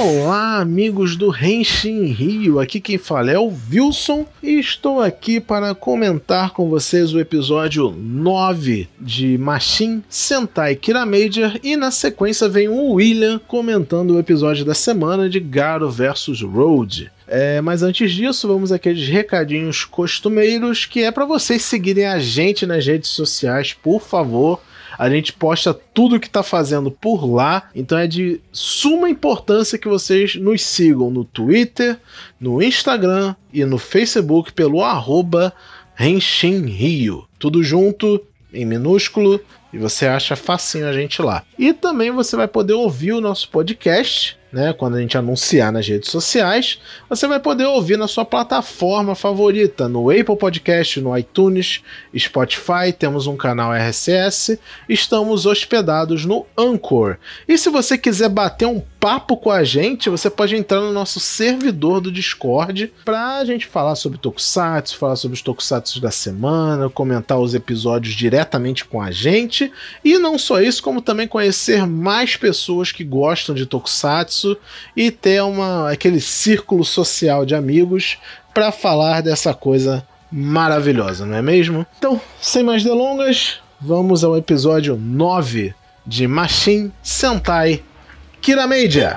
Olá, amigos do Henshin Rio, aqui quem fala é o Wilson e estou aqui para comentar com vocês o episódio 9 de Machin Sentai Kiramager e na sequência vem o William comentando o episódio da semana de Garo vs Road. Mas antes disso, vamos àqueles recadinhos costumeiros que é para vocês seguirem a gente nas redes sociais, por favor. A gente posta tudo que tá fazendo por lá, então é de suma importância que vocês nos sigam no Twitter, no Instagram e no Facebook pelo @HenshinRio. Tudo junto, em minúsculo, e você acha facinho a gente lá. E também você vai poder ouvir o nosso podcast, né, quando a gente anunciar nas redes sociais, você vai poder ouvir na sua plataforma favorita, no Apple Podcast, no iTunes, Spotify, temos um canal RSS, estamos hospedados no Anchor. E se você quiser bater um papo com a gente, você pode entrar no nosso servidor do Discord pra gente falar sobre Tokusatsu, falar sobre os Tokusatsu da semana, comentar os episódios diretamente com a gente, e não só isso, como também conhecer mais pessoas que gostam de Tokusatsu e ter aquele círculo social de amigos para falar dessa coisa maravilhosa, não é mesmo? Então, sem mais delongas, vamos ao episódio 9 de Machin Sentai Kiramager.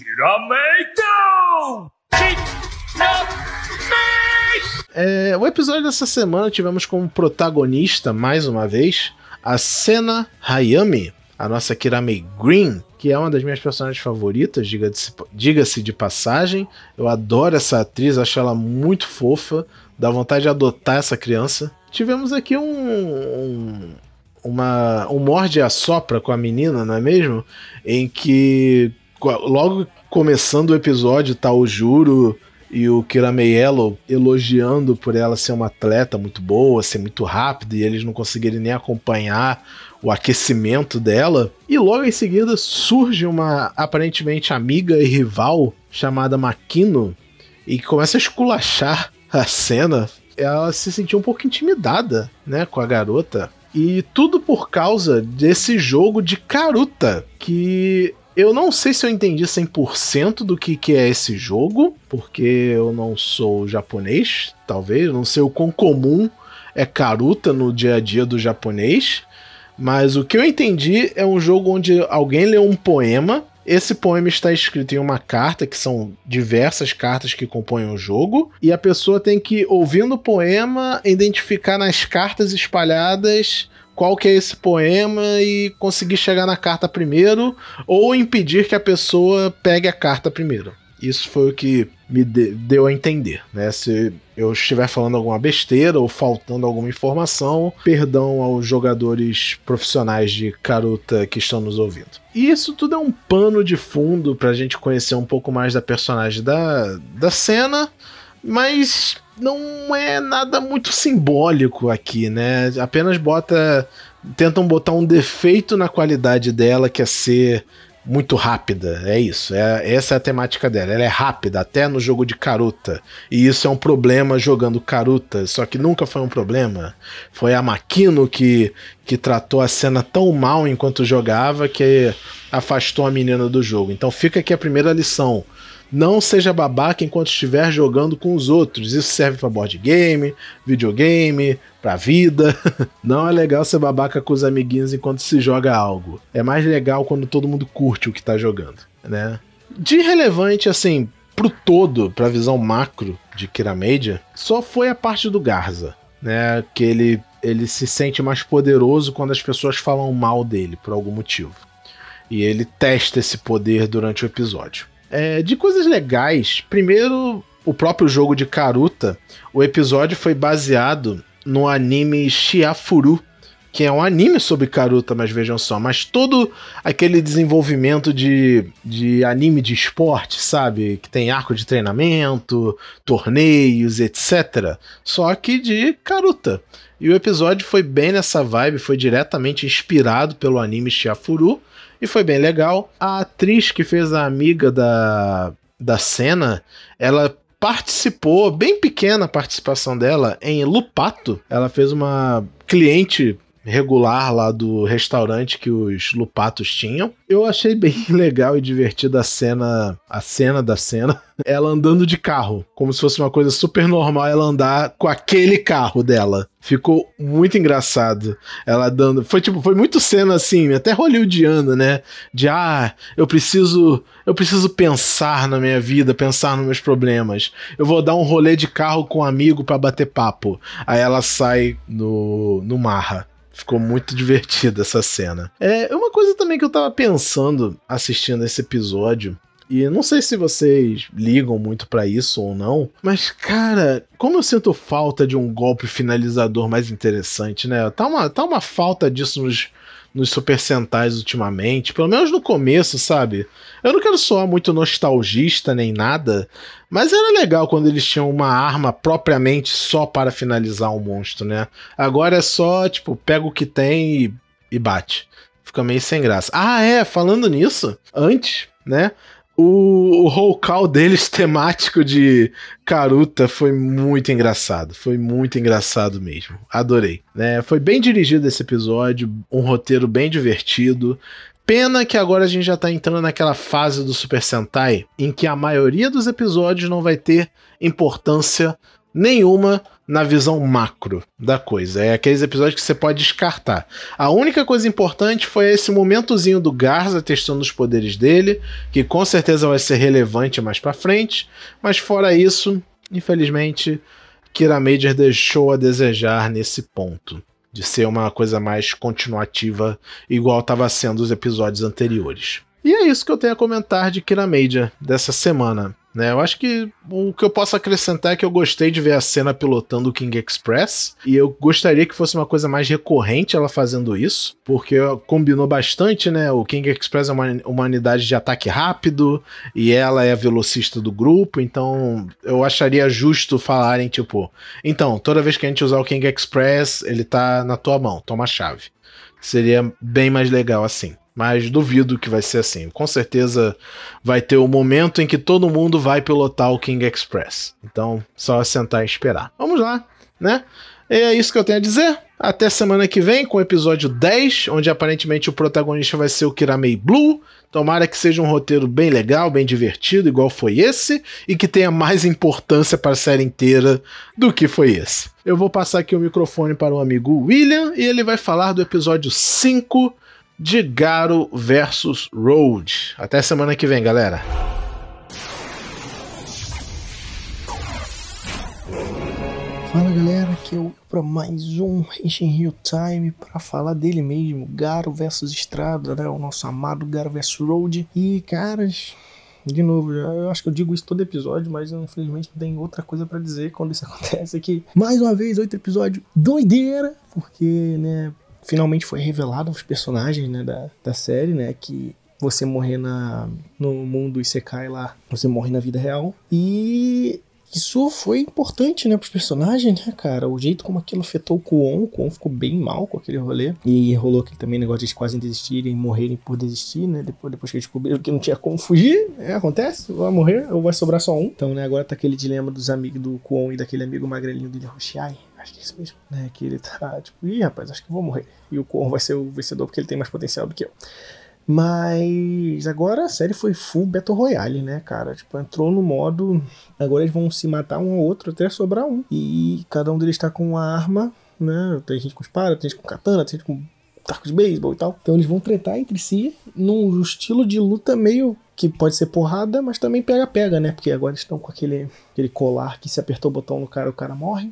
O episódio dessa semana tivemos como protagonista, mais uma vez, a Sena Hayami, a nossa Kirame Green, que é uma das minhas personagens favoritas, diga-se de passagem. Eu adoro essa atriz, acho ela muito fofa, dá vontade de adotar essa criança. Tivemos aqui um morde e assopra com a menina, não é mesmo? Em que, logo começando o episódio, tá o Juro e o Kirame Yellow elogiando por ela ser uma atleta muito boa, ser muito rápida, e eles não conseguirem nem acompanhar o aquecimento dela. E logo em seguida surge uma aparentemente amiga e rival chamada Makino e que começa a esculachar a cena. Ela se sentiu um pouco intimidada, né, com a garota. E tudo por causa desse jogo de Karuta, que eu não sei se eu entendi 100% do que é esse jogo, porque eu não sou japonês, talvez, não sei o quão comum é Karuta no dia a dia do japonês, mas o que eu entendi é um jogo onde alguém lê um poema, esse poema está escrito em uma carta, que são diversas cartas que compõem o jogo, e a pessoa tem que, ouvindo o poema, identificar nas cartas espalhadas qual que é esse poema e conseguir chegar na carta primeiro, ou impedir que a pessoa pegue a carta primeiro. Isso foi o que me deu a entender, né? Se eu estiver falando alguma besteira ou faltando alguma informação, perdão aos jogadores profissionais de Karuta que estão nos ouvindo. E isso tudo é um pano de fundo pra gente conhecer um pouco mais da personagem da Sena, mas não é nada muito simbólico aqui, né? Apenas tentam botar um defeito na qualidade dela, que é ser muito rápida, é isso, essa é a temática dela, ela é rápida, até no jogo de Karuta, e isso é um problema jogando Karuta, só que nunca foi um problema, foi a Makino que tratou a cena tão mal enquanto jogava que afastou a menina do jogo. Então fica aqui a primeira lição: não seja babaca enquanto estiver jogando com os outros. Isso serve pra board game, videogame, pra vida. Não é legal ser babaca com os amiguinhos enquanto se joga algo. É mais legal quando todo mundo curte o que tá jogando, né? De relevante, assim, pro todo, pra visão macro de Kiramager, só foi a parte do Garza, né? Que ele se sente mais poderoso quando as pessoas falam mal dele, por algum motivo. E ele testa esse poder durante o episódio. De coisas legais, primeiro, o próprio jogo de Karuta, o episódio foi baseado no anime Shiafuru, que é um anime sobre Karuta, mas vejam só, mas todo aquele desenvolvimento de anime de esporte, sabe? Que tem arco de treinamento, torneios, etc. Só que de Karuta. E o episódio foi bem nessa vibe, foi diretamente inspirado pelo anime Shiafuru, e foi bem legal. A atriz que fez a amiga da Sena, ela participou, bem pequena a participação dela, em Lupato. Ela fez uma cliente regular lá do restaurante que os Lupatos tinham. Eu achei bem legal e divertida a cena da cena, ela andando de carro, como se fosse uma coisa super normal ela andar com aquele carro dela. Ficou muito engraçado. Ela dando. Foi muito cena assim, até hollywoodiana, né? De eu preciso pensar na minha vida, pensar nos meus problemas. Eu vou dar um rolê de carro com um amigo pra bater papo. Aí ela sai no Marra. Ficou muito divertida essa cena. Uma coisa também que eu tava pensando assistindo esse episódio, e não sei se vocês ligam muito pra isso ou não, mas, cara, como eu sinto falta de um golpe finalizador mais interessante, né? Tá uma falta disso nos Super Sentais ultimamente, pelo menos no começo, sabe? Eu não quero soar muito nostalgista nem nada, mas era legal quando eles tinham uma arma propriamente só para finalizar um monstro, né? Agora é só, tipo, pega o que tem e bate. Fica meio sem graça. Falando nisso, antes, né? O roll call deles temático de Karuta foi muito engraçado. Foi muito engraçado mesmo. Adorei. Foi bem dirigido esse episódio, um roteiro bem divertido. Pena que agora a gente já tá entrando naquela fase do Super Sentai em que a maioria dos episódios não vai ter importância nenhuma na visão macro da coisa. É aqueles episódios que você pode descartar. A única coisa importante foi esse momentozinho do Garza testando os poderes dele, que com certeza vai ser relevante mais pra frente, mas fora isso, infelizmente, Kira Major deixou a desejar nesse ponto, de ser uma coisa mais continuativa, igual estava sendo os episódios anteriores. E é isso que eu tenho a comentar de Kira Major dessa semana. Eu acho que o que eu posso acrescentar é que eu gostei de ver a cena pilotando o King Express, e eu gostaria que fosse uma coisa mais recorrente ela fazendo isso, porque combinou bastante, né? O King Express é uma unidade de ataque rápido, e ela é a velocista do grupo, então eu acharia justo falarem, tipo, então, toda vez que a gente usar o King Express, ele tá na tua mão, toma a chave. Seria bem mais legal assim. Mas duvido que vai ser assim. Com certeza vai ter o momento em que todo mundo vai pilotar o King Express. Então, só sentar e esperar. Vamos lá, né? E é isso que eu tenho a dizer. Até semana que vem com o episódio 10, onde aparentemente o protagonista vai ser o Kiramei Blue. Tomara que seja um roteiro bem legal, bem divertido, igual foi esse, e que tenha mais importância para a série inteira do que foi esse. Eu vou passar aqui o microfone para o amigo William, e ele vai falar do episódio 5 de Garo vs Road. Até semana que vem, galera. Fala, galera, aqui eu para mais um Henshin Hill Time para falar dele mesmo, Garo vs Estrada, né? O nosso amado Garo vs Road. E, caras, de novo, eu acho que eu digo isso todo episódio, mas infelizmente não tem outra coisa pra dizer quando isso acontece aqui. Mais uma vez, 8 episódios, doideira, porque, né, finalmente foi revelado os personagens, né, da série, né, que você morrer no mundo Isekai lá, você morre na vida real. E isso foi importante, né, pros personagens, né, cara? O jeito como aquilo afetou o Kwon ficou bem mal com aquele rolê. E rolou aquele também negócio de eles quase desistirem, morrerem por desistir, né? Depois que eles descobriram que não tinha como fugir, acontece, vai morrer ou vai sobrar só um. Então, né, agora tá aquele dilema dos amigos do Kwon e daquele amigo magrelinho dele, Hoshiai. Acho que é isso mesmo, né? Que ele tá tipo, rapaz, acho que eu vou morrer. E o Kwon vai ser o vencedor porque ele tem mais potencial do que eu. Mas agora a série foi full Battle Royale, né, cara? Tipo, entrou no modo. Agora eles vão se matar um ao outro até sobrar um. E cada um deles tá com uma arma, né? Tem gente com espada, tem gente com katana, tem gente com taco de beisebol e tal. Então eles vão tretar entre si num estilo de luta meio que pode ser porrada, mas também pega-pega, né? Porque agora eles estão com aquele colar que se apertou o botão no cara, o cara morre.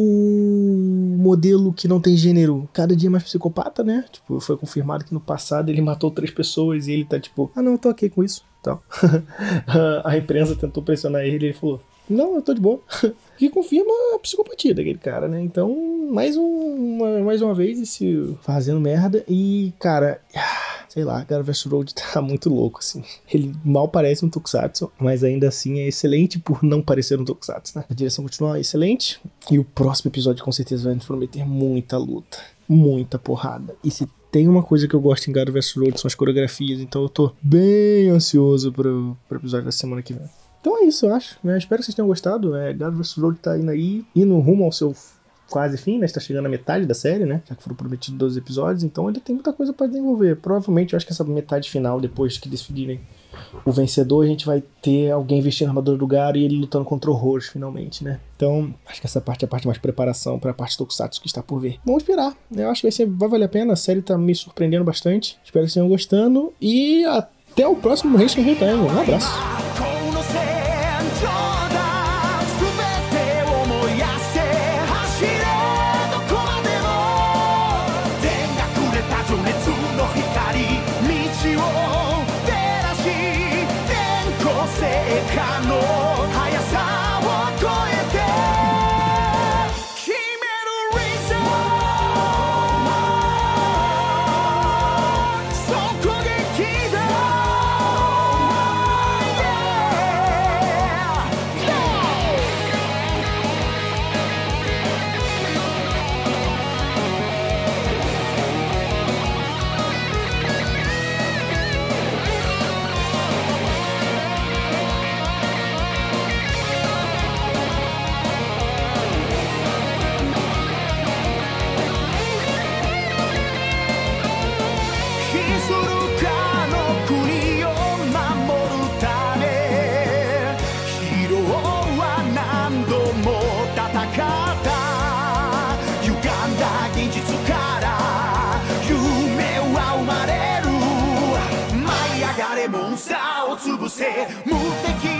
O modelo que não tem gênero, cada dia mais psicopata, né? Tipo, foi confirmado que no passado ele matou 3 pessoas e ele tá tipo, não, eu tô ok com isso. Então, a imprensa tentou pressionar ele e ele falou, não, eu tô de boa. Que confirma a psicopatia daquele cara, né? Então, mais uma vez, esse fazendo merda. E, cara, sei lá, Garo vs Road tá muito louco, assim. Ele mal parece um Tokusatsu, mas ainda assim é excelente por não parecer um Tokusatsu, né? A direção continua excelente. E o próximo episódio com certeza vai nos prometer muita luta, muita porrada. E se tem uma coisa que eu gosto em Garo vs Road são as coreografias, então eu tô bem ansioso pro episódio da semana que vem. Então é isso, eu acho, né? Espero que vocês tenham gostado. Garo vs Road tá indo rumo ao seu quase fim, né? Está chegando à metade da série, né? Já que foram prometidos 12 episódios, então ainda tem muita coisa pra desenvolver. Provavelmente, eu acho que essa metade final, depois que decidirem o vencedor, a gente vai ter alguém vestindo a armadura do Garo e ele lutando contra horrores, finalmente, né? Então, acho que essa parte é a parte mais preparação pra parte do Tokusatsu que está por vir. Vamos esperar, né? Eu acho que vai valer a pena, a série tá me surpreendendo bastante. Espero que vocês estejam gostando e até o próximo Henshin Real Time. Um abraço! Monster を潰せ無敵